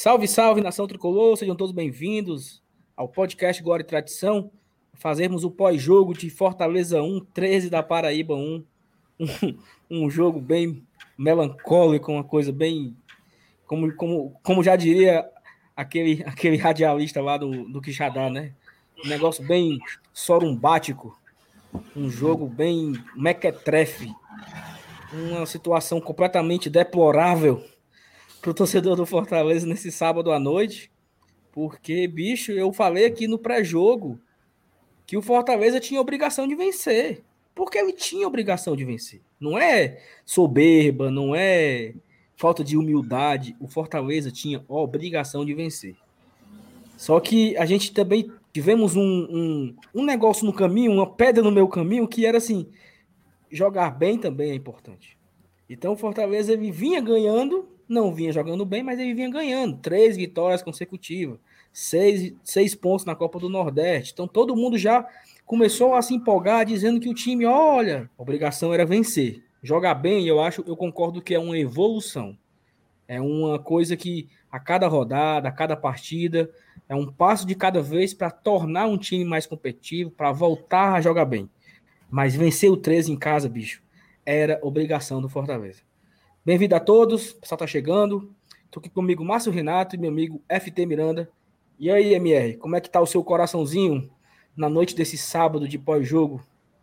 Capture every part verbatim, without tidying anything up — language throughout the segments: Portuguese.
Salve, salve, nação tricolor, sejam todos bem-vindos ao podcast Glória e Tradição. Fazermos o pós-jogo de Fortaleza um, treze da Paraíba um. Um, um jogo bem melancólico, uma coisa bem, como, como, como já diria aquele, aquele radialista lá do, do Quixadá, né? Um negócio bem sorumbático, um jogo bem mequetrefe, uma situação completamente deplorável para o torcedor do Fortaleza nesse sábado à noite, porque, bicho, eu falei aqui no pré-jogo que o Fortaleza tinha obrigação de vencer, porque ele tinha obrigação de vencer. Não é soberba, não é falta de humildade, o Fortaleza tinha obrigação de vencer. Só que a gente também tivemos um, um, um negócio no caminho, uma pedra no meu caminho, que era assim, jogar bem também é importante. Então o Fortaleza ele vinha ganhando, não vinha jogando bem, mas ele vinha ganhando. Três vitórias consecutivas, seis, seis pontos na Copa do Nordeste. Então todo mundo já começou a se empolgar, dizendo que o time, olha, a obrigação era vencer. Jogar bem, eu acho, eu concordo que é uma evolução. É uma coisa que a cada rodada, a cada partida, é um passo de cada vez para tornar um time mais competitivo, para voltar a jogar bem. Mas vencer o treze em casa, bicho, era obrigação do Fortaleza. Bem-vindo a todos, o pessoal tá chegando. Tô aqui comigo, Márcio Renato e meu amigo F T Miranda. E aí, M R, como é que tá o seu coraçãozinho na noite desse sábado de pós-jogo?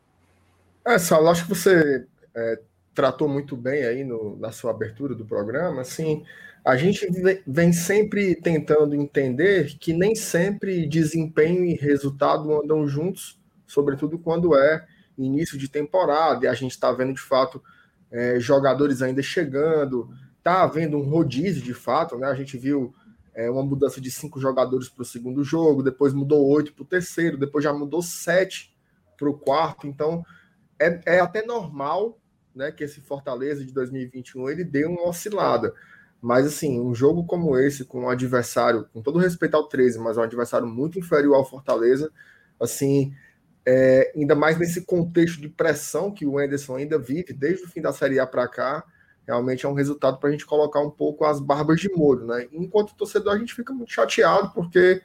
É, Saulo, acho que você é, tratou muito bem aí no, na sua abertura do programa. Assim, a gente vem sempre tentando entender que nem sempre desempenho e resultado andam juntos, sobretudo quando é início de temporada e a gente está vendo de fato é, jogadores ainda chegando, está havendo um rodízio de fato, né? A gente viu é, uma mudança de cinco jogadores para o segundo jogo, depois mudou oito para o terceiro, depois já mudou sete para o quarto, então é, é até normal, né, que esse Fortaleza de dois mil e vinte e um ele dê uma oscilada. Mas, assim, um jogo como esse, com um adversário, com todo respeito ao treze, mas um adversário muito inferior ao Fortaleza, assim, é, ainda mais nesse contexto de pressão que o Anderson ainda vive, desde o fim da Série A para cá, realmente é um resultado para a gente colocar um pouco as barbas de molho, né? Enquanto torcedor, a gente fica muito chateado, porque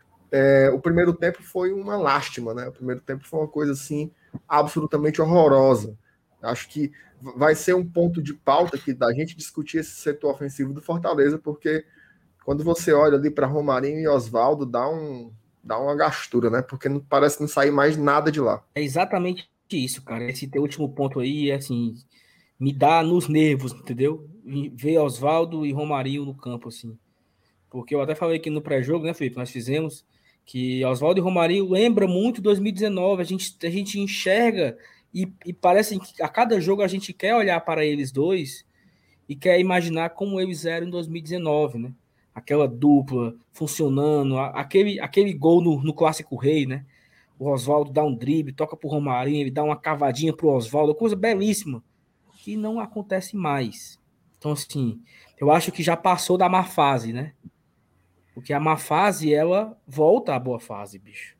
é, o primeiro tempo foi uma lástima, né? O primeiro tempo foi uma coisa, assim, absolutamente horrorosa. Acho que vai ser um ponto de pauta aqui da gente discutir esse setor ofensivo do Fortaleza, porque quando você olha ali para Romarinho e Oswaldo, dá, um, dá uma gastura, né? Porque não parece não sair mais nada de lá. É exatamente isso, cara. Esse teu último ponto aí, assim, me dá nos nervos, entendeu? Ver Oswaldo e Romarinho no campo, assim. Porque eu até falei aqui no pré-jogo, né, Felipe? Nós fizemos que Oswaldo e Romarinho lembra muito dois mil e dezenove. A gente, a gente enxerga e, e parece que a cada jogo a gente quer olhar para eles dois e quer imaginar como eles eram em dois mil e dezenove, né? Aquela dupla funcionando, aquele, aquele gol no, no Clássico Rei, né? O Oswaldo dá um drible, toca pro Romarinho, ele dá uma cavadinha pro Oswaldo, coisa belíssima, que não acontece mais. Então, assim, eu acho que já passou da má fase, né? Porque a má fase, ela volta à boa fase, bicho.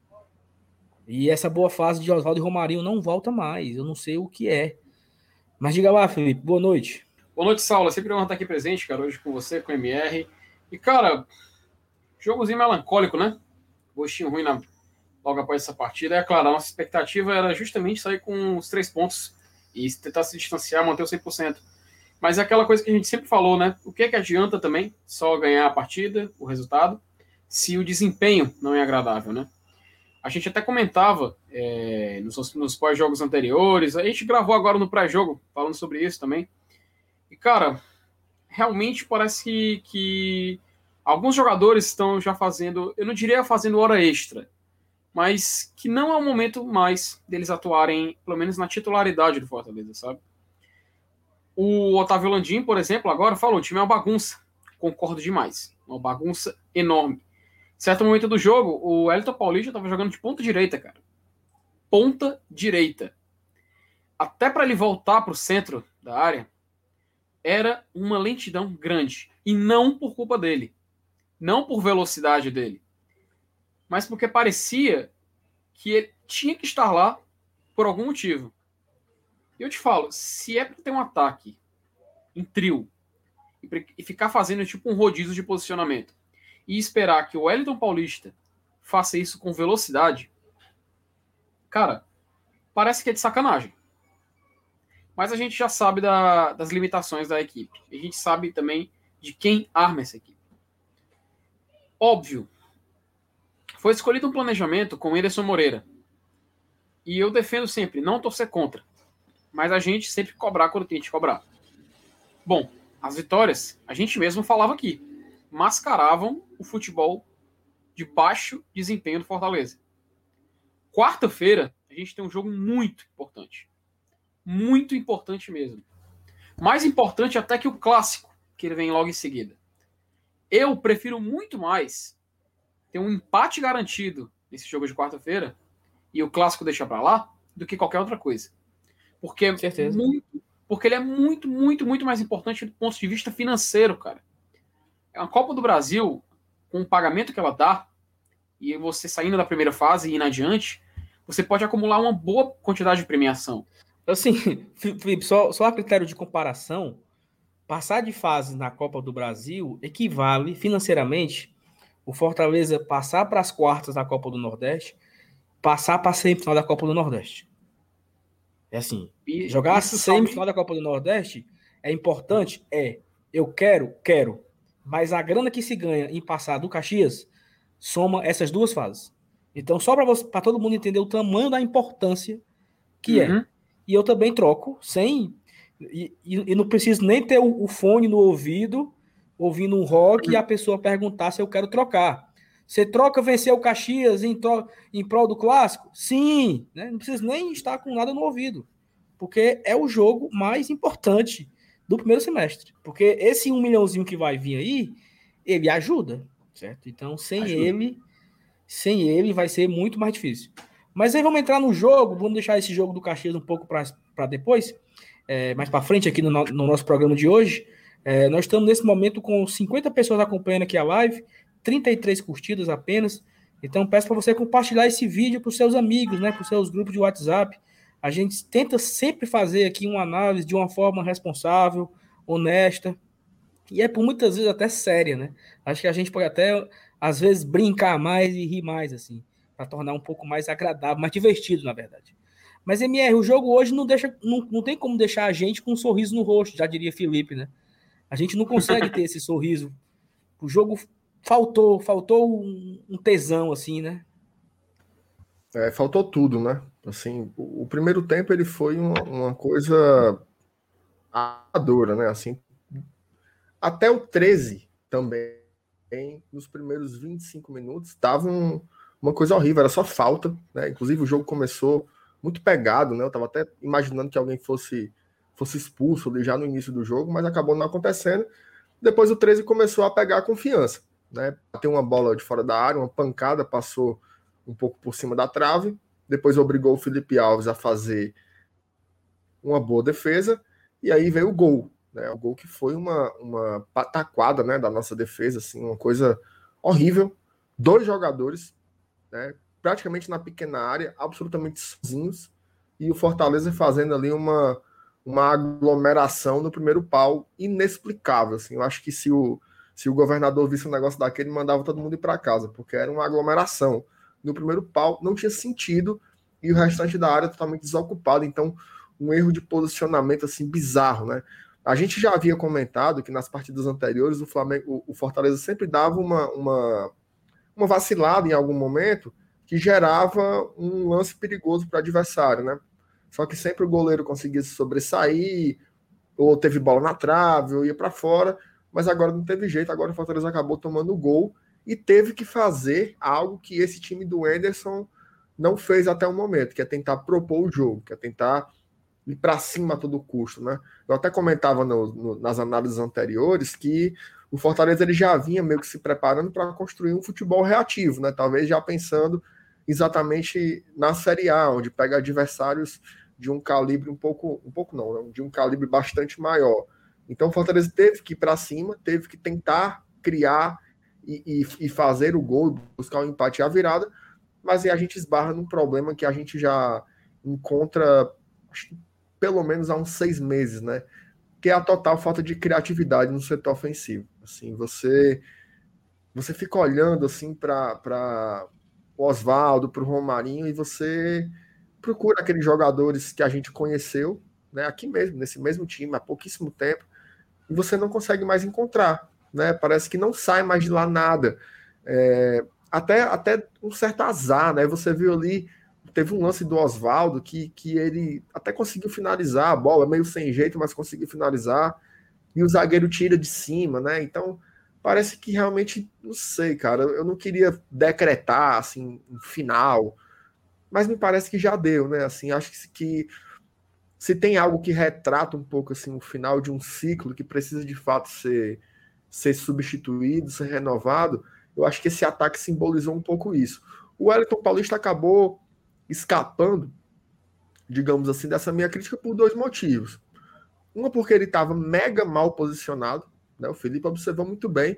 E essa boa fase de Oswaldo e Romarinho não volta mais. Eu não sei o que é. Mas diga lá, Felipe. Boa noite. Boa noite, Saulo. É sempre uma estar aqui presente, cara, hoje com você, com o M R. E, cara, jogozinho melancólico, né? Gostinho ruim na... logo após essa partida. É claro, a nossa expectativa era justamente sair com os três pontos e tentar se distanciar, manter o cem por cento. Mas é aquela coisa que a gente sempre falou, né? O que é que adianta também só ganhar a partida, o resultado, se o desempenho não é agradável, né? A gente até comentava é, nos, nos pós-jogos anteriores, a gente gravou agora no pré-jogo falando sobre isso também. E, cara, realmente parece que, que alguns jogadores estão já fazendo, eu não diria fazendo hora extra, mas que não é o momento mais deles atuarem, pelo menos na titularidade do Fortaleza, sabe? O Otávio Landim, por exemplo, agora falou, o time é uma bagunça. Concordo demais. Uma bagunça enorme. Em certo momento do jogo, o Elton Paulista estava jogando de ponta direita, cara. Ponta direita. Até para ele voltar para o centro da área, era uma lentidão grande. E não por culpa dele. Não por velocidade dele. Mas porque parecia que ele tinha que estar lá por algum motivo. E eu te falo, se é para ter um ataque em trio e ficar fazendo tipo um rodízio de posicionamento, e esperar que o Wellington Paulista faça isso com velocidade, cara, parece que é de sacanagem. Mas a gente já sabe da, das limitações da equipe. A gente sabe também de quem arma essa equipe. Óbvio, foi escolhido um planejamento com o Anderson Moreira. E eu defendo sempre, não torcer contra. Mas a gente sempre cobrar quando tem que cobrar. Bom, as vitórias, a gente mesmo falava aqui, mascaravam o futebol de baixo desempenho do Fortaleza. Quarta-feira, a gente tem um jogo muito importante. Muito importante mesmo. Mais importante até que o clássico, que ele vem logo em seguida. Eu prefiro muito mais ter um empate garantido nesse jogo de quarta-feira e o clássico deixar pra lá do que qualquer outra coisa. Porque, é muito, porque ele é muito, muito, muito mais importante do ponto de vista financeiro, cara. É uma Copa do Brasil, com o pagamento que ela dá, e você saindo da primeira fase e indo adiante, você pode acumular uma boa quantidade de premiação. Assim, Felipe, só, só a critério de comparação, passar de fase na Copa do Brasil equivale financeiramente o Fortaleza passar para as quartas da Copa do Nordeste, passar para a semifinal da Copa do Nordeste. É assim, e, jogar a semifinal da Copa do Nordeste é importante? É. Eu quero? Quero. Mas a grana que se ganha em passar do Caxias soma essas duas fases. Então, só para todo mundo entender o tamanho da importância que uhum. é. E eu também troco, sem... E, e, e não preciso nem ter o, o fone no ouvido, ouvindo um rock, uhum. e a pessoa perguntar se eu quero trocar. Você troca vencer o Caxias em, tro, em prol do Clássico? Sim! Né? Não precisa nem estar com nada no ouvido. Porque é o jogo mais importante do primeiro semestre. Porque esse um milhãozinho que vai vir aí, ele ajuda, certo? Então, sem ajuda. ele, sem ele vai ser muito mais difícil. Mas aí vamos entrar no jogo, vamos deixar esse jogo do Caxias um pouco para depois, é, mais para frente aqui no, no nosso programa de hoje. É, nós estamos nesse momento com cinquenta pessoas acompanhando aqui a live, trinta e três curtidas apenas. Então peço para você compartilhar esse vídeo para os seus amigos, né, para os seus grupos de WhatsApp. A gente tenta sempre fazer aqui uma análise de uma forma responsável, honesta, e é por muitas vezes até séria, né? Acho que a gente pode até, às vezes, brincar mais e rir mais, assim, para tornar um pouco mais agradável, mais divertido, na verdade. Mas, M R, o jogo hoje não, deixa, não, não tem como deixar a gente com um sorriso no rosto, já diria Felipe, né? A gente não consegue ter esse sorriso. O jogo faltou, faltou um, um tesão, assim, né? É, faltou tudo, né? Assim, o, o primeiro tempo ele foi uma, uma coisa amadora, né? Assim, até o treze também, nos primeiros vinte e cinco minutos, estava um, uma coisa horrível, era só falta, né? Inclusive o jogo começou muito pegado, né? Eu estava até imaginando que alguém fosse, fosse expulso ali já no início do jogo, mas acabou não acontecendo. Depois o treze começou a pegar a confiança, né? Bateu uma bola de fora da área, uma pancada, passou um pouco por cima da trave, depois obrigou o Felipe Alves a fazer uma boa defesa, e aí veio o gol, né? O gol que foi uma, uma pataquada, né, da nossa defesa, assim, uma coisa horrível. Dois jogadores, né, praticamente na pequena área, absolutamente sozinhos, e o Fortaleza fazendo ali uma, uma aglomeração no primeiro pau inexplicável. Assim, eu acho que se o, se o governador visse um negócio daquele, ele mandava todo mundo ir para casa, porque era uma aglomeração no primeiro pau, não tinha sentido, e o restante da área totalmente desocupado. Então, um erro de posicionamento assim bizarro, né? A gente já havia comentado que nas partidas anteriores o Flamengo, o Fortaleza sempre dava uma, uma, uma vacilada em algum momento que gerava um lance perigoso para o adversário, né? Só que sempre o goleiro conseguia se sobressair, ou teve bola na trave, ou ia para fora, mas agora não teve jeito, agora o Fortaleza acabou tomando o gol e teve que fazer algo que esse time do Anderson não fez até o momento, que é tentar propor o jogo, que é tentar ir para cima a todo custo, né? Eu até comentava no, no, nas análises anteriores que o Fortaleza ele já vinha meio que se preparando para construir um futebol reativo, né? Talvez já pensando exatamente na Série A, onde pega adversários de um calibre um pouco, um pouco não, né? De um calibre bastante maior. Então o Fortaleza teve que ir para cima, teve que tentar criar e, e, e fazer o gol, buscar o empate e a virada, mas aí a gente esbarra num problema que a gente já encontra, acho que pelo menos há uns seis meses, né? Que é a total falta de criatividade no setor ofensivo. Assim, você você fica olhando assim para o Oswaldo, para o Romarinho, e você procura aqueles jogadores que a gente conheceu, né, aqui mesmo, nesse mesmo time, há pouquíssimo tempo, e você não consegue mais encontrar, né? Parece que não sai mais de lá nada. É, até, até um certo azar, né? Você viu ali, teve um lance do Oswaldo que, que ele até conseguiu finalizar a bola, meio sem jeito, mas conseguiu finalizar, e o zagueiro tira de cima, né? Então, parece que realmente, não sei, cara, eu não queria decretar, assim, um final, mas me parece que já deu, né? Assim, acho que, que se tem algo que retrata um pouco assim o final de um ciclo que precisa de fato ser, ser substituído, ser renovado, eu acho que esse ataque simbolizou um pouco isso. O Wellington Paulista acabou escapando, digamos assim, dessa minha crítica por dois motivos. Uma, porque ele estava mega mal posicionado, né? O Felipe observou muito bem.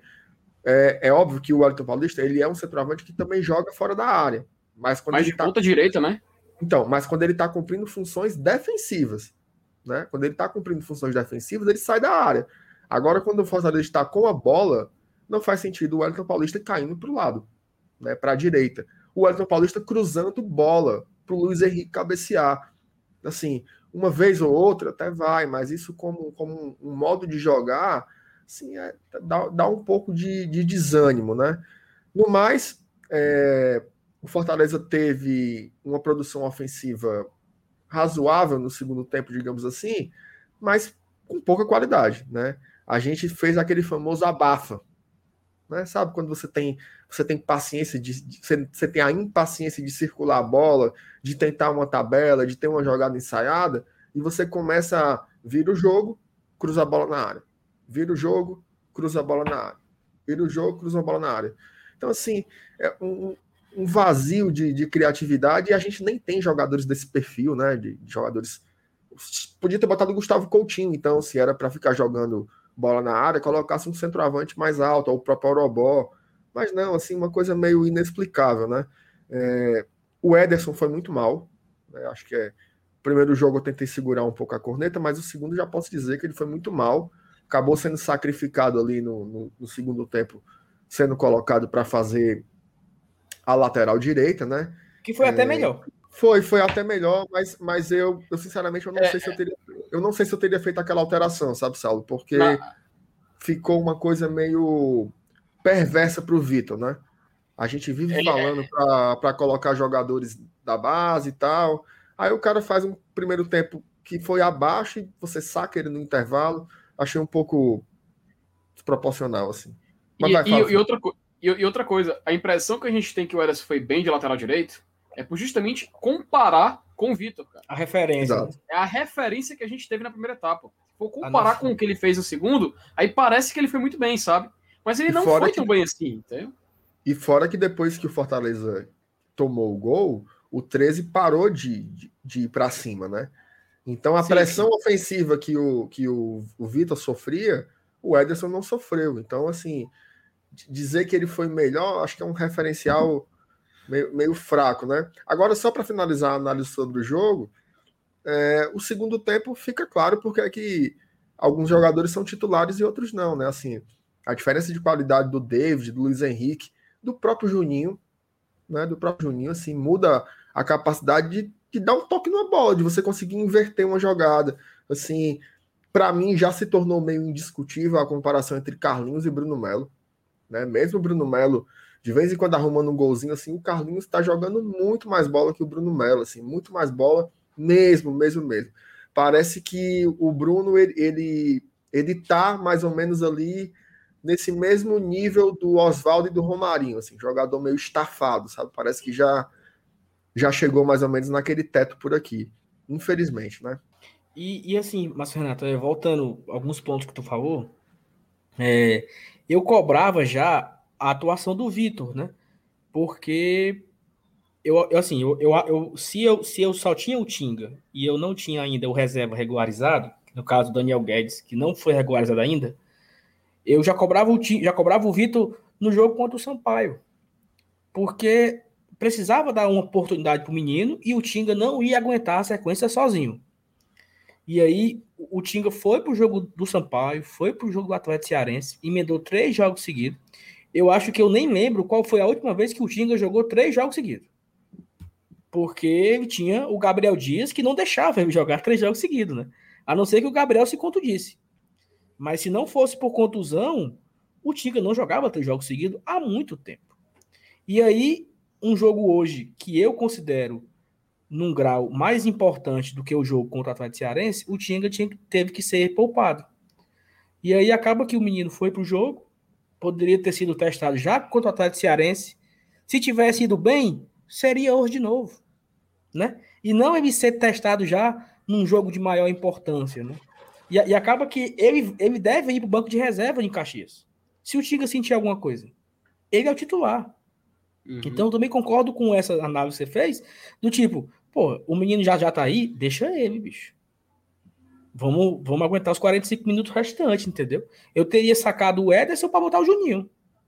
É, é óbvio que o Wellington Paulista ele é um centroavante que também joga fora da área. Mas quando Mas ele de tá... ponta direita, né? Então, mas quando ele está cumprindo funções defensivas, né? Quando ele está cumprindo funções defensivas, ele sai da área. Agora, quando o Fortaleza está com a bola, não faz sentido o Wellington Paulista caindo para o lado, né? Para a direita. O Wellington Paulista cruzando bola para o Luiz Henrique cabecear. Assim, uma vez ou outra até vai, mas isso como, como um modo de jogar, assim, é, dá, dá um pouco de, de desânimo, né? No mais, é, o Fortaleza teve uma produção ofensiva razoável no segundo tempo, digamos assim, mas com pouca qualidade, né? A gente fez aquele famoso abafa, né? Sabe quando você tem você tem paciência de, de você, você tem a impaciência de circular a bola, de tentar uma tabela, de ter uma jogada ensaiada, e você começa a vira o jogo, cruza a bola na área, vira o jogo, cruza a bola na área, vira o jogo, cruza a bola na área. Então assim, é um, um vazio de, de criatividade, e a gente nem tem jogadores desse perfil, né? De, de jogadores. Podia ter botado o Gustavo Coutinho, então, se era para ficar jogando bola na área, colocasse um centroavante mais alto, ou o próprio Orobó. Mas não, assim, uma coisa meio inexplicável, né? É, o Ederson foi muito mal, né? Acho que é. O primeiro jogo eu tentei segurar um pouco a corneta, mas o segundo já posso dizer que ele foi muito mal. Acabou sendo sacrificado ali no, no, no segundo tempo, sendo colocado para fazer a lateral direita, né? Que foi é, até melhor. Foi, foi até melhor, mas, mas eu, eu sinceramente eu não É, sei se eu teria, eu não sei se eu teria feito aquela alteração, sabe, Saulo? Porque na, ficou uma coisa meio perversa para o Vitor, né? A gente vive é, falando para colocar jogadores da base e tal. Aí o cara faz um primeiro tempo que foi abaixo e você saca ele no intervalo. Achei um pouco desproporcional, assim. Mas e, vai, e, fala. e, outra, e, e outra coisa, a impressão que a gente tem que o Ederson foi bem de lateral direito é por justamente comparar com o Vitor, cara. A referência. Exato. Né? É a referência que a gente teve na primeira etapa. Se for comparar com o que ele fez no segundo, aí parece que ele foi muito bem, sabe? Mas ele E não fora foi que- tão bem assim, entendeu? E fora que depois que o Fortaleza tomou o gol, o treze parou de, de, de ir para cima, né? Então a Sim, pressão sim. ofensiva que o, que o, o Vitor sofria, o Ederson não sofreu. Então, assim, d- dizer que ele foi melhor, acho que é um referencial meio, meio fraco, né? Agora, só para finalizar a análise sobre o jogo, é, o segundo tempo fica claro porque é que alguns jogadores são titulares e outros não, né? Assim, a diferença de qualidade do David, do Luiz Henrique, do próprio Juninho, né? Do próprio Juninho, assim, muda a capacidade de, de dar um toque numa bola, de você conseguir inverter uma jogada. Assim, para mim já se tornou meio indiscutível a comparação entre Carlinhos e Bruno Melo, né? Mesmo o Bruno Melo, de vez em quando arrumando um golzinho, assim, o Carlinhos está jogando muito mais bola que o Bruno Melo, assim, muito mais bola mesmo, mesmo, mesmo. Parece que o Bruno, ele, ele, ele tá mais ou menos ali nesse mesmo nível do Oswaldo e do Romarinho, assim, jogador meio estafado, sabe? Parece que já, já chegou mais ou menos naquele teto por aqui, infelizmente, né? E, e assim, mas Renato, é, voltando a alguns pontos que tu falou, é, eu cobrava já a atuação do Vitor, né? Porque eu, eu assim, eu, eu, eu- se, eu, se eu só tinha o Tinga e eu não tinha ainda o reserva regularizado, no caso do Daniel Guedes, que não foi regularizado ainda, eu já cobrava o Ti- já cobrava o Vitor no jogo contra o Sampaio, porque precisava dar uma oportunidade para o menino e o Tinga não ia aguentar a sequência sozinho. E aí o Tinga foi pro jogo do Sampaio, foi pro jogo do Atlético Cearense, emendou três jogos seguidos. eu acho que eu nem lembro qual foi a última vez que o Tinga jogou três jogos seguidos. Porque ele tinha o Gabriel Dias que não deixava ele jogar três jogos seguidos, né? A não ser que o Gabriel se contundisse. Mas se não fosse por contusão, o Tinga não jogava três jogos seguidos há muito tempo. E aí, um jogo hoje que eu considero num grau mais importante do que o jogo contra o Atlético Cearense, o Tinga tinha, teve que ser poupado. E aí acaba que o menino foi pro jogo, poderia ter sido testado já contra o Atlético Cearense. Se tivesse ido bem, seria hoje de novo, né? E não ele ser testado já num jogo de maior importância, né? E, e acaba que ele, ele deve ir pro banco de reserva em Caxias. Se o Tinga sentir alguma coisa, ele é o titular. Uhum. Então eu também concordo com essa análise que você fez, do tipo, pô, o menino já já tá aí, deixa ele, bicho. Vamos, vamos aguentar os quarenta e cinco minutos restantes, entendeu? Eu teria sacado o Ederson para botar o Juninho.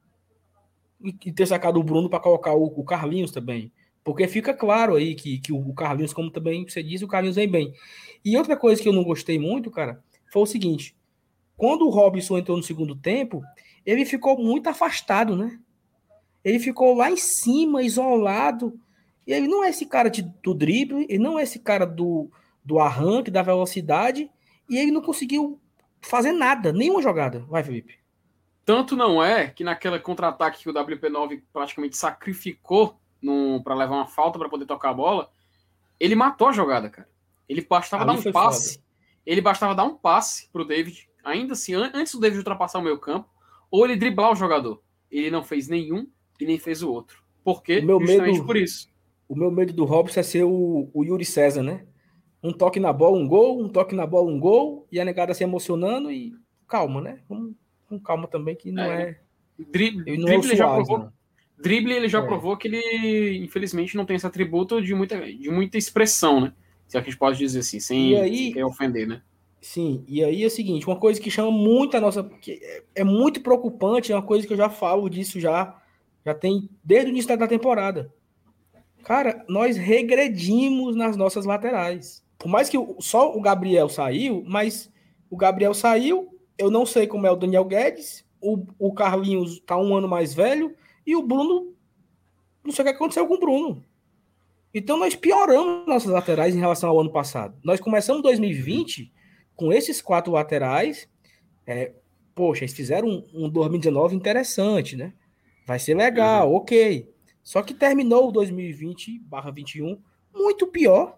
E, e ter sacado o Bruno para colocar o, o Carlinhos também. Porque fica claro aí que, que o Carlinhos, como também você disse, o Carlinhos vem bem. E outra coisa que eu não gostei muito, cara, foi o seguinte. Quando o Robinson entrou no segundo tempo, ele ficou muito afastado, né? Ele ficou lá em cima, isolado. E ele não é esse cara de, do drible, ele não é esse cara do, do arranque, da velocidade, e ele não conseguiu fazer nada, nenhuma jogada. Vai, Felipe. Tanto não é que naquele contra-ataque que o W P nove praticamente sacrificou para levar uma falta para poder tocar a bola, ele matou a jogada, cara. Ele bastava Ali dar um passe. Foda. Ele bastava dar um passe pro David, ainda assim, antes do David ultrapassar o meio campo, ou ele driblar o jogador. Ele não fez nenhum e nem fez o outro. Por quê? O meu Justamente medo, por isso. O meu medo do Robson é ser o, o Yuri César, né? Um toque na bola, um gol, um toque na bola, um gol, e a negada se emocionando e calma, né? Com, com calma também, que não é... é drible, ele não drible, é o Suárez, já provou, não. drible ele já é. provou que ele, infelizmente, não tem esse atributo de muita, de muita expressão, né? Se é que a gente pode dizer assim, sem, aí, sem querer ofender, né? Sim, e aí é o seguinte, uma coisa que chama muito a nossa... Que é, é muito preocupante, é uma coisa que eu já falo disso já, já tem desde o início da temporada. Cara, nós regredimos nas nossas laterais. Por mais que o, só o Gabriel saiu, mas o Gabriel saiu, eu não sei como é o Daniel Guedes, o, o Carlinhos tá um ano mais velho, e o Bruno, não sei o que aconteceu com o Bruno. Então nós pioramos nossas laterais em relação ao ano passado. Nós começamos dois mil e vinte com esses quatro laterais, é, poxa, eles fizeram um, um dois mil e dezenove interessante, né? Vai ser legal, uhum. ok. Só que terminou o dois mil e vinte barra vinte e um muito pior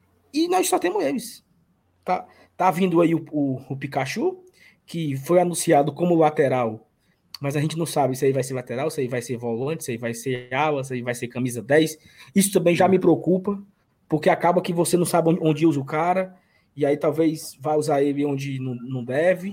e nós só temos eles. Tá, tá vindo aí o, o, o Pikachu, que foi anunciado como lateral, mas a gente não sabe se aí vai ser lateral, se aí vai ser volante, se aí vai ser ala, se aí vai ser camisa dez. Isso também já me preocupa, porque acaba que você não sabe onde, onde usa o cara, e aí talvez vai usar ele onde não, não deve.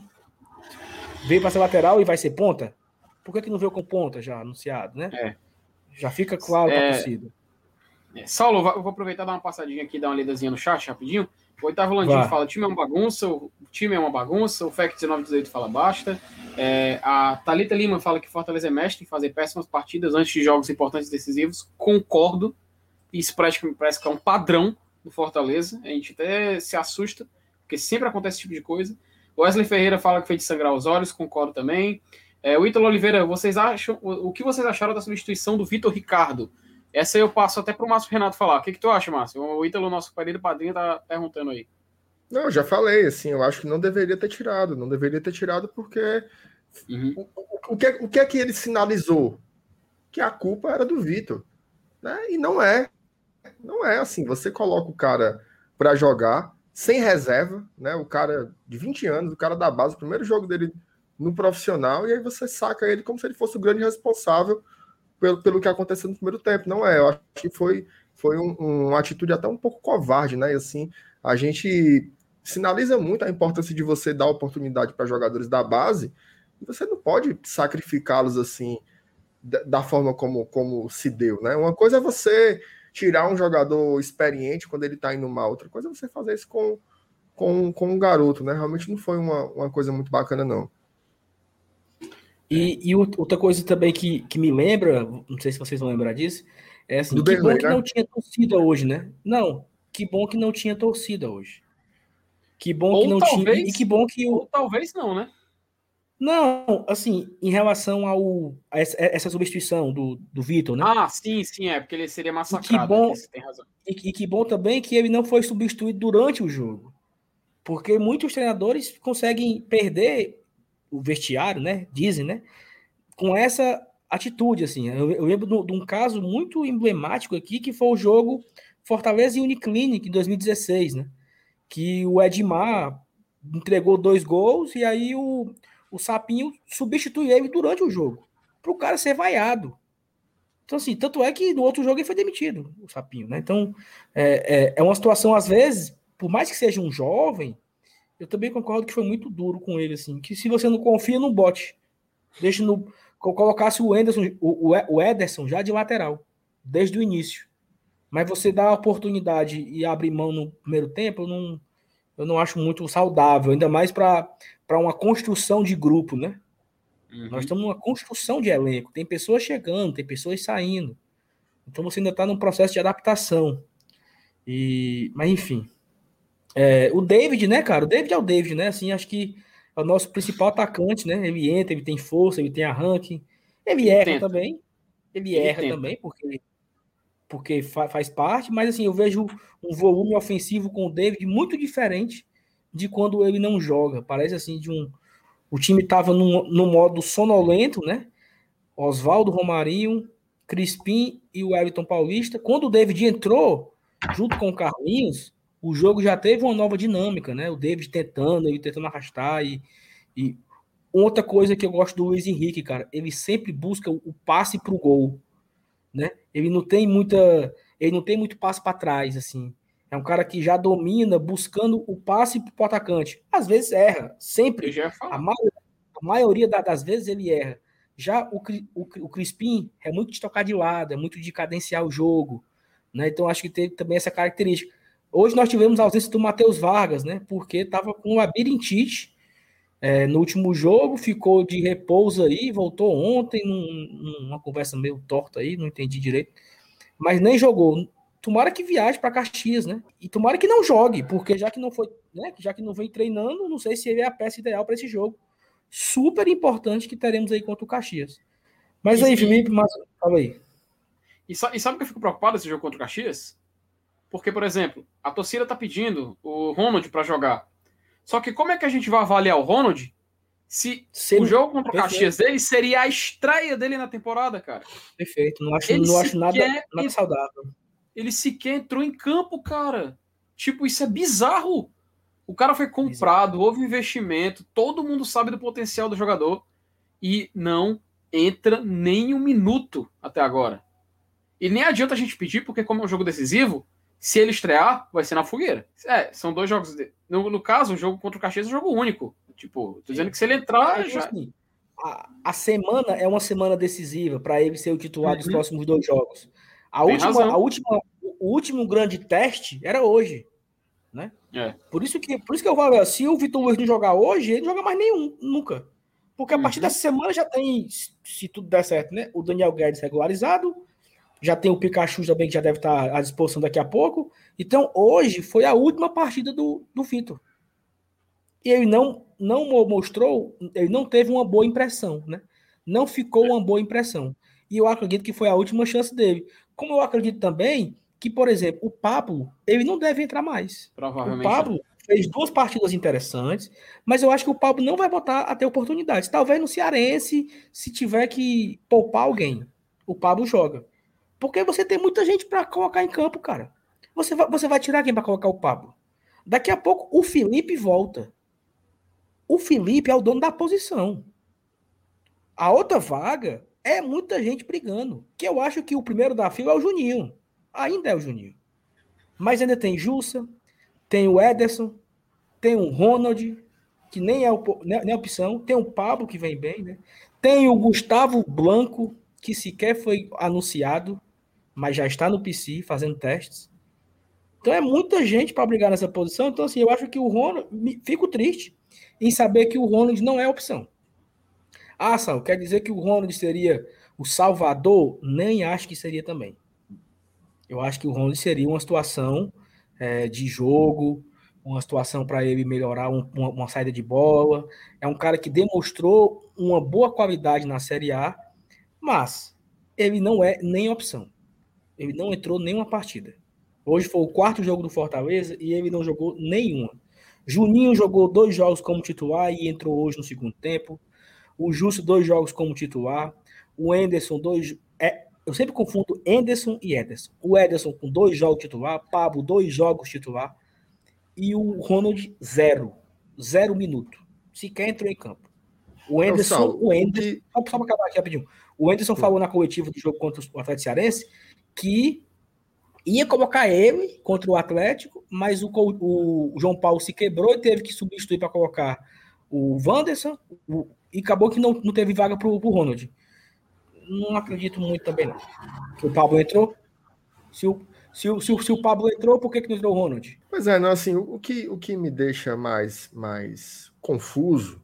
Veio para ser lateral e vai ser ponta? Por que, que não veio com ponta já anunciado, né? É. Já fica claro para a torcida. É. Saulo, eu vou aproveitar e dar uma passadinha aqui, dar uma lidazinha no chat rapidinho. O Oitavo Landinho fala, o time é uma bagunça, o time é uma bagunça, o F E C dezenove dezoito fala basta. É, a Thalita Lima fala que Fortaleza é mestre em fazer péssimas partidas antes de jogos importantes e decisivos. Concordo. Isso parece, parece que é um padrão do Fortaleza. A gente até se assusta, porque sempre acontece esse tipo de coisa. O Wesley Ferreira fala que foi de sangrar os olhos, concordo também. É, o Ítalo Oliveira, vocês acham, o, o que vocês acharam da substituição do Vitor Ricardo? Essa eu passo até para o Márcio Renato falar. O que, que tu acha, Márcio? O Ítalo, nosso querido padrinho, tá perguntando aí. Não, eu já falei, assim, eu acho que não deveria ter tirado. Não deveria ter tirado porque uhum. o, o, o, que, o que é que ele sinalizou? Que a culpa era do Vitor. Né? E não é. Não é assim. Você coloca o cara para jogar sem reserva, né? O cara de vinte anos, o cara da base, o primeiro jogo dele no profissional, e aí você saca ele como se ele fosse o grande responsável pelo, pelo que aconteceu no primeiro tempo. Não é, eu acho que foi, foi um, um, uma atitude até um pouco covarde, né? E assim, a gente sinaliza muito a importância de você dar oportunidade para jogadores da base, e você não pode sacrificá-los assim, da, da forma como, como se deu, né? Uma coisa é você tirar um jogador experiente quando ele está indo mal, outra coisa é você fazer isso com, com, com um garoto, né? Realmente não foi uma, uma coisa muito bacana, não. E, e outra coisa também que, que me lembra, não sei se vocês vão lembrar disso, é assim, Do que Derlei, bom que né? não tinha torcida hoje, né? Não, que bom que não tinha torcida hoje. Que bom ou que não talvez, tinha. E que bom que o. Ou talvez não, né? Não, assim, em relação ao, a essa, essa substituição do, do Vitor, né? Ah, sim, sim, é, porque ele seria E que massacrado, é, bom, você tem razão. e, que- e que bom também que ele não foi substituído durante o jogo. Porque muitos treinadores conseguem perder o vestiário, né? Dizem, né? Com essa atitude, assim. Eu, eu lembro de um caso muito emblemático aqui, que foi o jogo Fortaleza e Uniclinic em dois mil e dezesseis, né? Que o Edmar entregou dois gols e aí o, o Sapinho substituiu ele durante o jogo, para o cara ser vaiado. Então, assim, tanto é que no outro jogo ele foi demitido, o Sapinho, né? Então, é, é, é uma situação, às vezes, por mais que seja um jovem, eu também concordo que foi muito duro com ele, assim, que se você não confia, não bote. Deixa no. Colocasse o Ederson, o, o Ederson já de lateral, desde o início. Mas você dá a oportunidade e abre mão no primeiro tempo, eu não, eu não acho muito saudável, ainda mais para uma construção de grupo, né? Uhum. Nós estamos numa construção de elenco, tem pessoas chegando, tem pessoas saindo. Então você ainda está num processo de adaptação. E, mas enfim. É, o David, né, cara? O David é o David, né? Assim, acho que é o nosso principal atacante, né? Ele entra, ele tem força, ele tem arranque. Ele E erra tenta. também. Ele Ele erra tenta. também, porque, porque fa faz parte, mas assim, eu vejo um volume ofensivo com o David muito diferente de quando ele não joga. Parece assim, de um. O time estava no, no modo sonolento, né? Oswaldo, Romarinho, Crispim e o Everton Paulista. Quando o David entrou, junto com o Carlinhos, o jogo já teve uma nova dinâmica, né? O David tentando, ele tentando arrastar. E, e outra coisa que eu gosto do Luiz Henrique, cara, ele sempre busca o passe pro gol, né? Ele não tem muita, ele não tem muito passe para trás, assim. É um cara que já domina, buscando o passe pro atacante. Às vezes erra, Eu sempre. já ia A, falar. ma a maioria das vezes ele erra. Já o, o, o Crispim é muito de tocar de lado, é muito de cadenciar o jogo, né? Então acho que teve também essa característica. Hoje nós tivemos a ausência do Matheus Vargas, né? Porque estava com labirintite é, no último jogo, ficou de repouso aí, voltou ontem num, numa conversa meio torta aí, não entendi direito, mas nem jogou. Tomara que viaje para Caxias, né? E tomara que não jogue, porque já que não foi, né? Já que não vem treinando, não sei se ele é a peça ideal para esse jogo. Super importante que teremos aí contra o Caxias. Mas E, aí, e, Felipe, mas fala aí. e, e sabe que eu fico preocupado esse jogo contra o Caxias? Porque, por exemplo, a torcida tá pedindo o Ronald para jogar. Só que como é que a gente vai avaliar o Ronald se Você o não... jogo contra o Perfeito. Caxias dele seria a estreia dele na temporada, cara? Perfeito. Não acho, Ele não acho nada, sequer, nada saudável. ele sequer entrou em campo, cara. Tipo, isso é bizarro. O cara foi comprado, bizarro. Houve investimento, todo mundo sabe do potencial do jogador e não entra nem um minuto até agora. E nem adianta a gente pedir, porque como é um jogo decisivo, se ele estrear, vai ser na fogueira. É, são dois jogos. De... No, no caso, o jogo contra o Caxias é um jogo único. Tipo, tô dizendo que se ele entrar, é, já... assim, a, a semana é uma semana decisiva para ele ser o titular uhum. dos próximos dois jogos. A Tem última, razão. a última, o último grande teste era hoje, né? É. Por isso que, por isso que eu falo, se o Vitor Luiz não jogar hoje, ele não joga mais nenhum, nunca. Porque a partir uhum. dessa semana já tem, se tudo der certo, né? O Daniel Guedes regularizado, já tem o Pikachu também que já deve estar à disposição daqui a pouco. Então, hoje foi a última partida do, do Vitor. E ele não, não mostrou, ele não teve uma boa impressão, né? Não ficou uma boa impressão. E eu acredito que foi a última chance dele. Como eu acredito também que, por exemplo, o Pablo, ele não deve entrar mais. Provavelmente. O Pablo fez duas partidas interessantes, mas eu acho que o Pablo não vai voltar a ter oportunidades. Talvez no Cearense, se tiver que poupar alguém, o Pablo joga. Porque você tem muita gente para colocar em campo, cara. Você vai, você vai tirar quem para colocar o Pablo? Daqui a pouco o Felipe volta. O Felipe é o dono da posição. A outra vaga é muita gente brigando. Que eu acho que o primeiro da fila é o Juninho. Ainda é o Juninho. Mas ainda tem Jussa, tem o Ederson, tem o Ronald, que nem é, o, nem é opção. Tem o Pablo, que vem bem, né? Tem o Gustavo Blanco, que sequer foi anunciado, mas já está no P C fazendo testes. Então é muita gente para brigar nessa posição. Então, assim, eu acho que o Ronald... Fico triste em saber que o Ronald não é opção. Ah, Sal, quer dizer que o Ronald seria o salvador? Nem acho que seria também. Eu acho que o Ronald seria uma situação é, de jogo, uma situação para ele melhorar um, uma, uma saída de bola. É um cara que demonstrou uma boa qualidade na Série A, mas ele não é nem opção. Ele não entrou nenhuma partida. Hoje foi o quarto jogo do Fortaleza e ele não jogou nenhuma. Juninho jogou dois jogos como titular e entrou hoje no segundo tempo. O Justo, dois jogos como titular. O Enderson, dois... É, eu sempre confundo Enderson e Ederson. O Ederson com dois jogos titular. Pablo, dois jogos titular. E o Ronald, zero. Zero minuto. Sequer entrou em campo. O Enderson... Não, o Enderson que... Só para acabar aqui rapidinho. O Enderson Sim. falou na coletiva do jogo contra o Atlético Cearense que ia colocar ele contra o Atlético, mas o, o, o João Paulo se quebrou e teve que substituir para colocar o Wanderson, o, e acabou que não, não teve vaga para o Ronald. Não acredito muito também, não. Que o Pablo entrou. Se o, se o, se o, se o Pablo entrou, por que, que não entrou o Ronald? Pois é, não, assim, o que, o que me deixa mais, mais confuso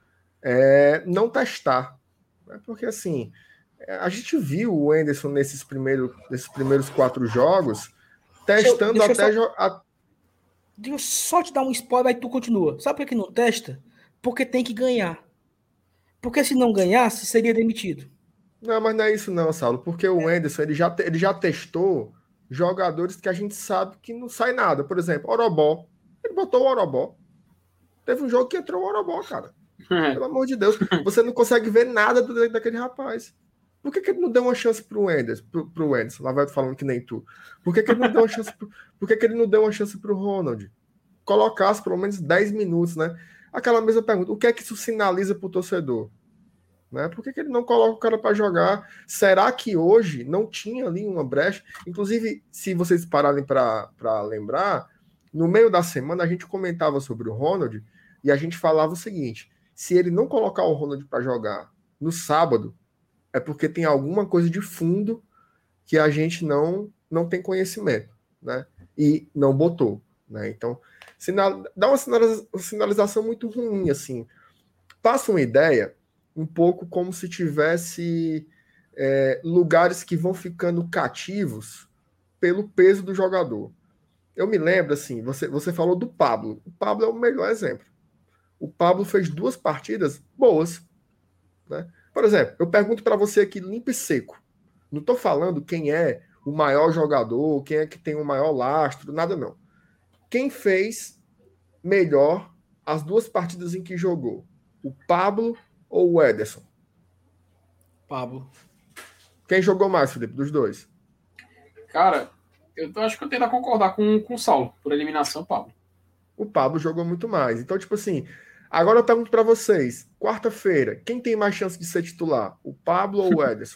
é não testar. Né? Porque, assim, a gente viu o Enderson nesses primeiros, nesses primeiros quatro jogos testando deixa eu, deixa até... Eu só, a... Deixa eu só te dar um spoiler, aí tu continua. Sabe por que não testa? Porque tem que ganhar. Porque se não ganhasse, seria demitido. Não, mas não é isso não, Saulo. Porque o Enderson, ele já, ele já testou jogadores que a gente sabe que não sai nada. Por exemplo, Orobó. Ele botou o Orobó. Teve um jogo que entrou o Orobó, cara. Pelo amor de Deus. Você não consegue ver nada do, daquele rapaz. Por que, que ele não deu uma chance pro Enderson? Pro, pro Enderson? Lá vai falando que nem tu. Por que, que ele não deu uma chance pro, por que, que ele não deu uma chance pro Ronald? Colocasse pelo menos dez minutos, né? Aquela mesma pergunta. O que é que isso sinaliza pro torcedor? Né? Por que, que ele não coloca o cara para jogar? Será que hoje não tinha ali uma brecha? Inclusive, se vocês pararem para lembrar, no meio da semana a gente comentava sobre o Ronald e a gente falava o seguinte: se ele não colocar o Ronald para jogar no sábado, é porque tem alguma coisa de fundo que a gente não, não tem conhecimento, né? E não botou, né? Então, sinal, dá uma sinalização, uma sinalização muito ruim, assim. Passa uma ideia um pouco como se tivesse é, lugares que vão ficando cativos pelo peso do jogador. Eu me lembro, assim, você, você falou do Pablo. O Pablo é o melhor exemplo. O Pablo fez duas partidas boas, né? Por exemplo, eu pergunto para você aqui, limpo e seco. Não estou falando quem é o maior jogador, quem é que tem o maior lastro, nada não. Quem fez melhor as duas partidas em que jogou? O Pablo ou o Ederson? Pablo. Quem jogou mais, Felipe, dos dois? Cara, eu acho que eu tento concordar com, com o Saulo. Por eliminação, Pablo. O Pablo jogou muito mais. Então, tipo assim... Agora eu pergunto para vocês, quarta-feira, quem tem mais chance de ser titular? O Pablo ou o Ederson?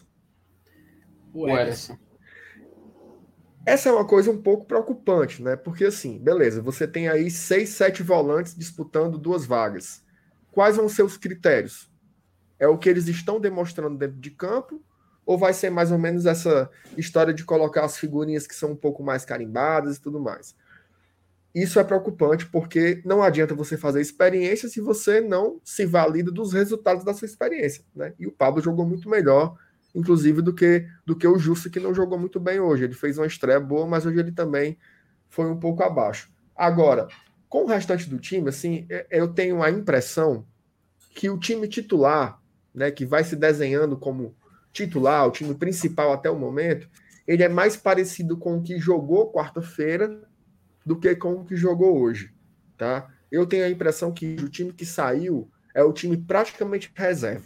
O Ederson. Essa é uma coisa um pouco preocupante, né? Porque assim, beleza, você tem aí seis, sete volantes disputando duas vagas. Quais vão ser os critérios? É o que eles estão demonstrando dentro de campo? Ou vai ser mais ou menos essa história de colocar as figurinhas que são um pouco mais carimbadas e tudo mais? Isso é preocupante porque não adianta você fazer experiência se você não se valida dos resultados da sua experiência, né? E o Pablo jogou muito melhor, inclusive, do que, do que o Justo, que não jogou muito bem hoje. Ele fez uma estreia boa, mas hoje ele também foi um pouco abaixo. Agora, com o restante do time, assim, eu tenho a impressão que o time titular, né, que vai se desenhando como titular, o time principal até o momento, ele é mais parecido com o que jogou quarta-feira do que com o que jogou hoje, tá? Eu tenho a impressão que o time que saiu é o time praticamente reserva,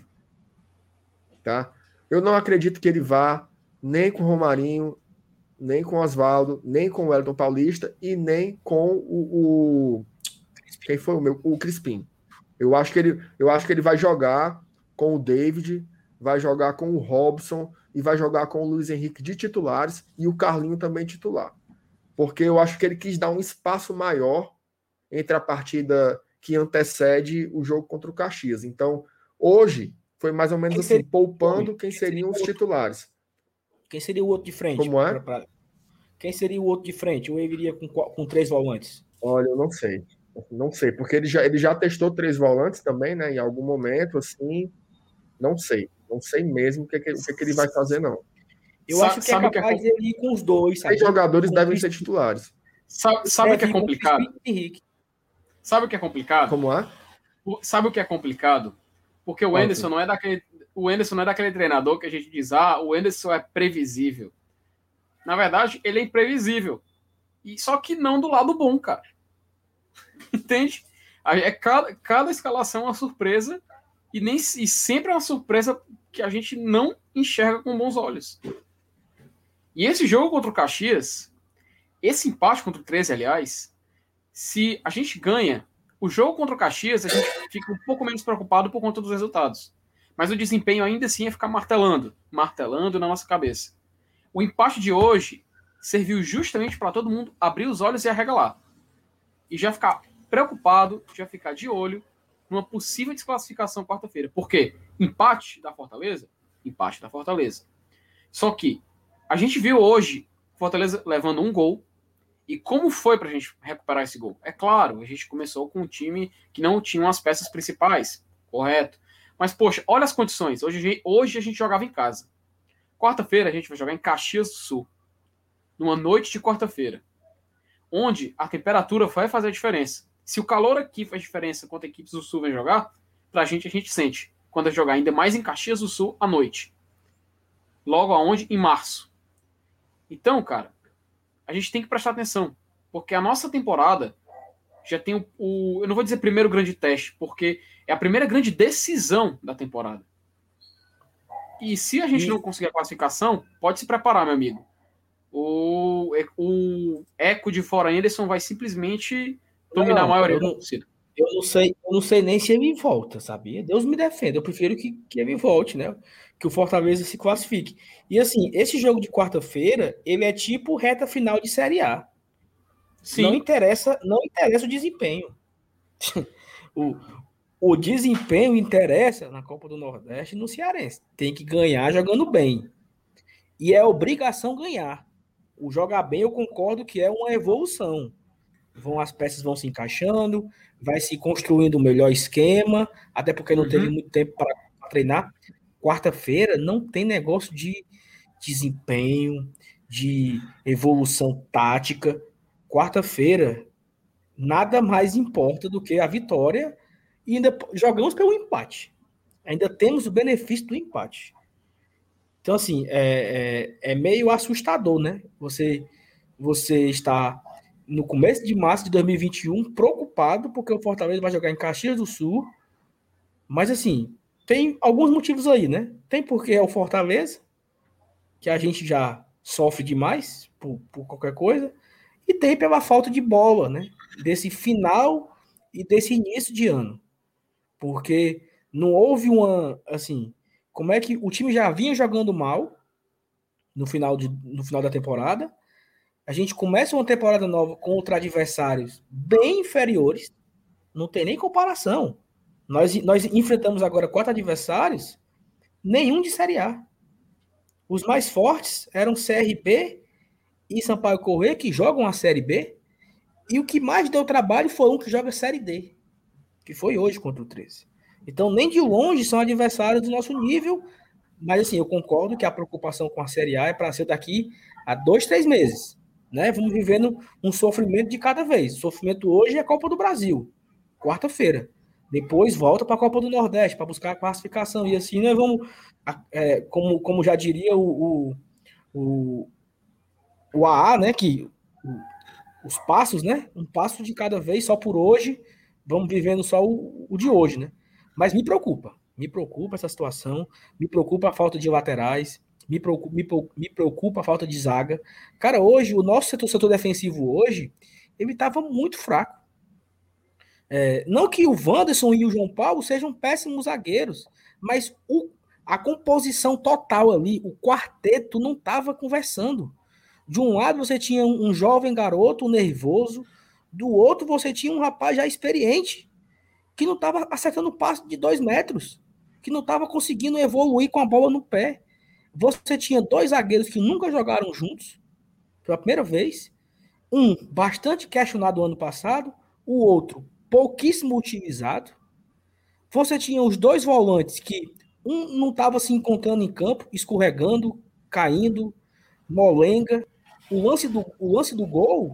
tá? Eu não acredito que ele vá nem com o Romarinho, nem com o Oswaldo, nem com o Wellington Paulista e nem com o, o quem foi o meu, o Crispim. Eu acho que ele, eu acho que ele vai jogar com o David, vai jogar com o Robson e vai jogar com o Luiz Henrique de titulares e o Carlinho também titular. Porque eu acho que ele quis dar um espaço maior entre a partida que antecede o jogo contra o Caxias. Então, hoje, foi mais ou menos quem assim, seria, poupando quem, quem seriam os titulares. Quem seria o outro de frente? Como é? Pra, pra... Quem seria o outro de frente? Ou ele iria com, com três volantes? Olha, eu não sei. Não sei, porque ele já, ele já testou três volantes também, né? Em algum momento, assim, não sei. Não sei mesmo o que, que, o que, que ele vai fazer, não. Eu sabe, acho que é capaz que é... de ir com os dois. Sabe? Três jogadores com devem ser titulares. Sabe, sabe o que é complicado? Sabe o que é complicado? Como é? Sabe o que é complicado? Porque o Anderson não é daquele, o Anderson não é daquele treinador que a gente diz, ah, o Anderson é previsível. Na verdade, ele é imprevisível. E só que não do lado bom, cara. Entende? É cada, cada escalação é uma surpresa e, nem, e sempre é uma surpresa que a gente não enxerga com bons olhos. E esse jogo contra o Caxias, esse empate contra o treze, aliás, se a gente ganha o jogo contra o Caxias, a gente fica um pouco menos preocupado por conta dos resultados. Mas o desempenho ainda assim é ficar martelando, martelando na nossa cabeça. O empate de hoje serviu justamente para todo mundo abrir os olhos e arregalar. E já ficar preocupado, já ficar de olho numa possível desclassificação quarta-feira. Por quê? Empate da Fortaleza? Empate da Fortaleza. Só que a gente viu hoje Fortaleza levando um gol. E como foi para a gente recuperar esse gol? É claro, a gente começou com um time que não tinha as peças principais, correto? Mas, poxa, olha as condições. Hoje, hoje a gente jogava em casa. Quarta-feira a gente vai jogar em Caxias do Sul, numa noite de quarta-feira, onde a temperatura vai fazer a diferença. Se o calor aqui faz diferença quando a equipes do Sul vem jogar, pra gente a gente sente. Quando é jogar ainda mais em Caxias do Sul à noite. Logo aonde? Em março. Então, cara, a gente tem que prestar atenção, porque a nossa temporada já tem o, o... eu não vou dizer primeiro grande teste, porque é a primeira grande decisão da temporada. E se a gente e... não conseguir a classificação, pode se preparar, meu amigo. O, o eco de fora Anderson vai simplesmente dominar não, a maioria da torcida. Eu não sei, eu não sei nem se ele volta, sabia? Deus me defenda. Eu prefiro que, que ele volte, né? Que o Fortaleza se classifique. E assim, esse jogo de quarta-feira, ele é tipo reta final de Série A. Sim. Não interessa, não interessa o desempenho. o, o desempenho interessa na Copa do Nordeste e no Cearense. Tem que ganhar jogando bem. E é obrigação ganhar. O jogar bem, eu concordo que é uma evolução. Vão, as peças vão se encaixando, vai se construindo um melhor esquema, até porque não uhum. teve muito tempo para treinar. Quarta-feira não tem negócio de desempenho, de evolução tática. Quarta-feira nada mais importa do que a vitória e ainda jogamos pelo empate. Ainda temos o benefício do empate. Então, assim, é, é, é meio assustador, né? Você, você está no começo de março de dois mil e vinte e um preocupado porque o Fortaleza vai jogar em Caxias do Sul, mas, assim, tem alguns motivos aí, né? Tem porque é o Fortaleza, que a gente já sofre demais por, por qualquer coisa, e tem pela falta de bola, né? Desse final e desse início de ano. Porque não houve uma, assim... Como é que o time já vinha jogando mal no final, de, no final da temporada. A gente começa uma temporada nova contra adversários bem inferiores. Não tem nem comparação. Nós, nós enfrentamos agora quatro adversários, nenhum de Série A. Os mais fortes eram C R B e Sampaio Corrêa, que jogam a Série B. E o que mais deu trabalho foi um que joga a Série D, que foi hoje contra o treze. Então, nem de longe são adversários do nosso nível, mas assim, eu concordo que a preocupação com a Série A é para ser daqui a dois, três meses, né? Vamos vivendo um sofrimento de cada vez. O sofrimento hoje é a Copa do Brasil, quarta-feira. Depois volta para a Copa do Nordeste, para buscar a classificação. E assim nós vamos, é, como, como já diria o, o, o, o A A, né? Que o, os passos, né? Um passo de cada vez, só por hoje. Vamos vivendo só o, o de hoje, né? Mas me preocupa, me preocupa essa situação, me preocupa a falta de laterais, me preocupa, me, me preocupa a falta de zaga. Cara, hoje, o nosso setor, setor defensivo hoje, ele estava muito fraco. É, não que o Wanderson e o João Paulo sejam péssimos zagueiros, mas o, a composição total ali, o quarteto não estava conversando. De um lado você tinha um, um jovem garoto, um nervoso, do outro você tinha um rapaz já experiente, que não estava acertando o passe de dois metros, que não estava conseguindo evoluir com a bola no pé. Você tinha dois zagueiros que nunca jogaram juntos, pela primeira vez, um bastante questionado ano passado, o outro pouquíssimo utilizado. Você tinha os dois volantes que um não estava se encontrando em campo, escorregando, caindo, molenga. O lance do, o lance do gol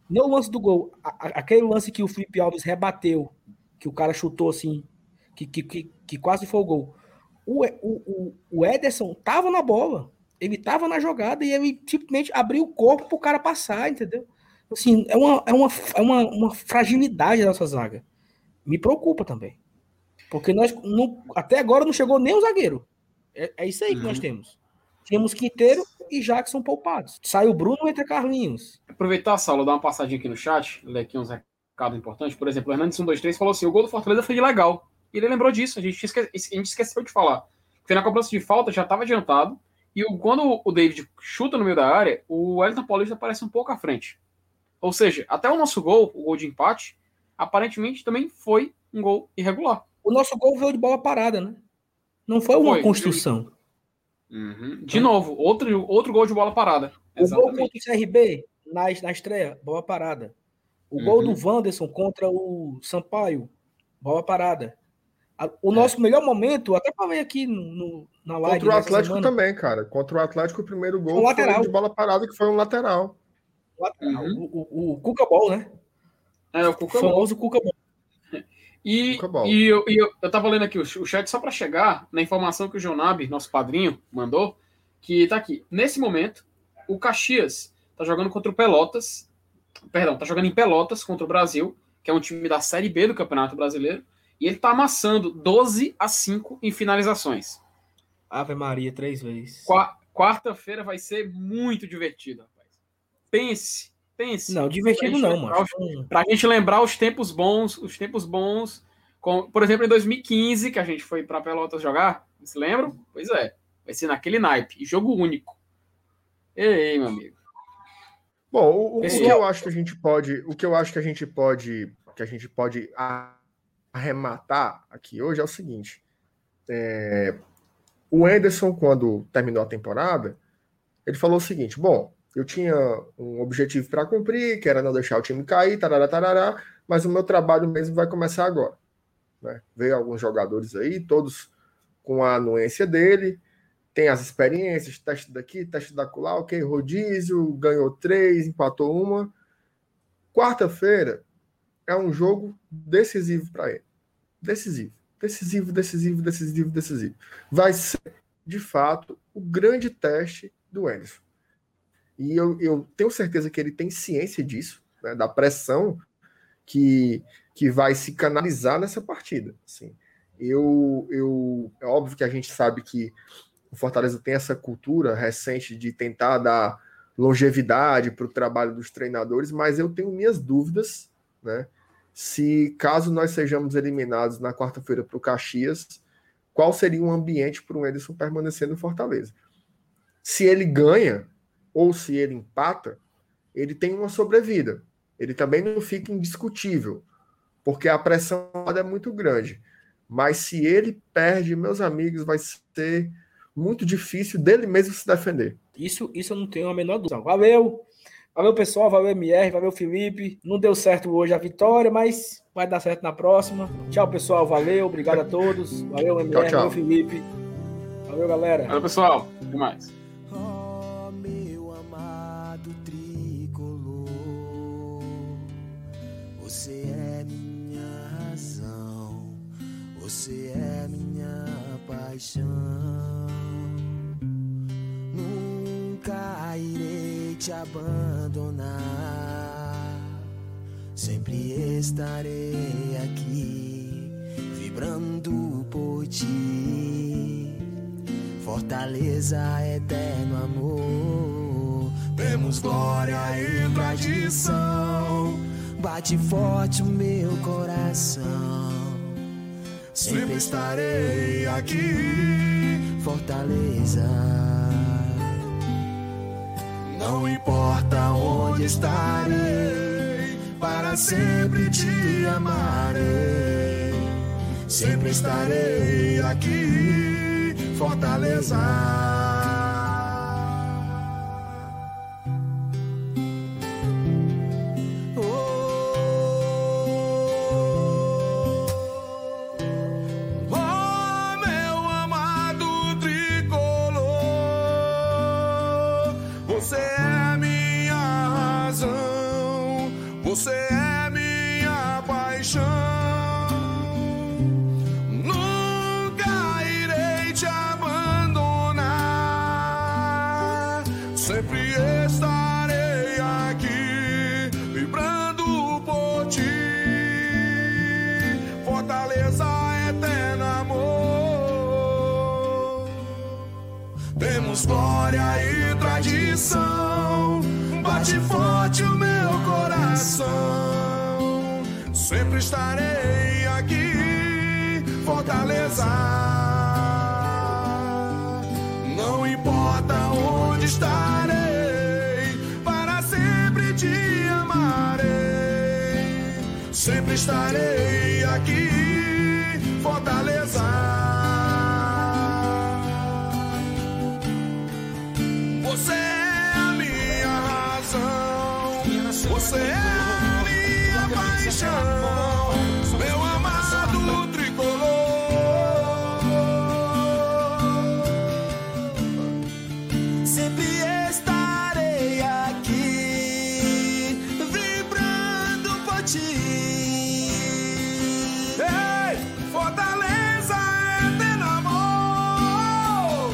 No lance do gol, a, a, aquele lance que o Felipe Alves rebateu, que o cara chutou assim, que, que, que, que quase foi o gol. O, o, o Ederson tava na bola, ele tava na jogada e ele simplesmente abriu o corpo pro cara passar, entendeu? Assim, é uma, é uma, é uma, uma fragilidade da nossa zaga. Me preocupa também. Porque nós não, até agora não chegou nem o zagueiro. É, é isso aí que uhum. nós temos. Temos Quinteiro e Jackson poupados. Sai o Bruno, entra Carlinhos. Aproveitar a sala, dar uma passadinha aqui no chat, ler aqui uns recados importantes. Por exemplo, o Hernandes um dois três falou assim: o gol do Fortaleza foi legal. E ele lembrou disso, a gente, esque... a gente esqueceu de falar. Porque na cobrança de falta já estava adiantado. E o... quando o David chuta no meio da área, o Wellington Paulista aparece um pouco à frente. Ou seja, até o nosso gol, o gol de empate, aparentemente também foi um gol irregular. O nosso gol veio de bola parada, né? Não foi uma foi, construção. Uhum. De novo, outro, outro gol de bola parada. O Exatamente. Gol contra o C R B, na, na estreia, bola parada. O uhum. gol do Wanderson contra o Sampaio, bola parada. O nosso é. melhor momento, até para ver aqui no, na live... Contra o Atlético semana, também, cara. Contra o Atlético, o primeiro gol um lateral. foi de bola parada, que foi um lateral. lateral. Uhum. O, o, o Cuca Ball, né? É, o Cuca o famoso Cuca Ball. E, e, eu, e eu, eu tava lendo aqui o, o chat só para chegar na informação que o Jonab, nosso padrinho, mandou, que tá aqui. Nesse momento, o Caxias tá jogando contra o Pelotas, perdão, tá jogando em Pelotas contra o Brasil, que é um time da Série B do Campeonato Brasileiro, e ele tá amassando doze a cinco em finalizações. Ave Maria, três vezes. Qua, quarta-feira vai ser muito divertido, rapaz. Pense, pense. Não, divertido não, mano. Os, pra gente lembrar os tempos bons, os tempos bons, com, por exemplo, em dois mil e quinze, que a gente foi pra Pelotas jogar, se lembram? Pois é, vai ser naquele naipe, jogo único. Ei, meu amigo. Bom, o, o que eu acho que a gente pode, o que eu acho que a gente pode, que a gente pode arrematar aqui hoje é o seguinte: é, o Anderson, quando terminou a temporada, ele falou o seguinte: bom, eu tinha um objetivo para cumprir, que era não deixar o time cair, tarará, tarará, mas o meu trabalho mesmo vai começar agora. Né? Veio alguns jogadores aí, todos com a anuência dele, tem as experiências, teste daqui, teste da lá, ok, rodízio, ganhou três, empatou uma. Quarta-feira é um jogo decisivo para ele. Decisivo, decisivo, decisivo, decisivo, decisivo. Vai ser, de fato, o grande teste do Anderson. E eu, eu tenho certeza que ele tem ciência disso, né, da pressão que, que vai se canalizar nessa partida. Assim, eu, eu, é óbvio que a gente sabe que o Fortaleza tem essa cultura recente de tentar dar longevidade para o trabalho dos treinadores, mas eu tenho minhas dúvidas, né? Se caso nós sejamos eliminados na quarta-feira para o Caxias, qual seria o ambiente para o Anderson permanecer no Fortaleza? Se ele ganha ou se ele empata, ele tem uma sobrevida. Ele também não fica indiscutível, porque a pressão é muito grande. Mas se ele perde, meus amigos, vai ser muito difícil dele mesmo se defender. Isso, isso eu não tenho a menor dúvida. Valeu! Valeu, pessoal. Valeu, M R. Valeu, Felipe. Não deu certo hoje a vitória, mas vai dar certo na próxima. Tchau, pessoal. Valeu. Obrigado a todos. Valeu, M R. Tchau, tchau. Valeu, Felipe. Valeu, galera. Valeu, pessoal. Até mais. Oh, meu amado tricolor, você é minha razão, você é minha paixão. Nunca irei te abandonar, sempre estarei aqui, vibrando por ti. Fortaleza, eterno amor, temos glória e tradição, bate forte o meu coração, sempre estarei aqui, Fortaleza. Não importa onde estarei, para sempre te amarei, sempre estarei aqui, Fortaleza. estarei aqui, vibrando por ti. Fortaleza, eterno amor. Temos glória e tradição, bate forte o meu coração. Sempre estarei aqui, Fortaleza. Não importa onde estarei, para sempre te amarei. Sempre estarei aqui, Fortaleza. Você é a minha razão, você é a minha paixão, meu amado tricolor. Sempre estarei aqui, vibrando por ti. Ei, Fortaleza, eterno amor.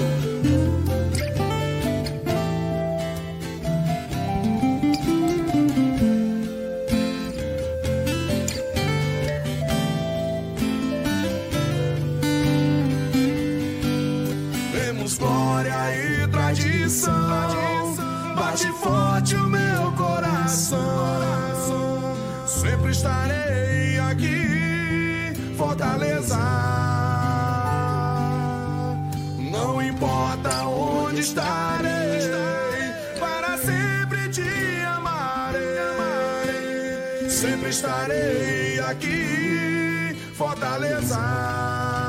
Temos glória e tradição, bate forte o meu coração. Sempre estarei aqui, Fortaleza. Não importa onde estarei, para sempre te amarei. Sempre estarei aqui, Fortaleza.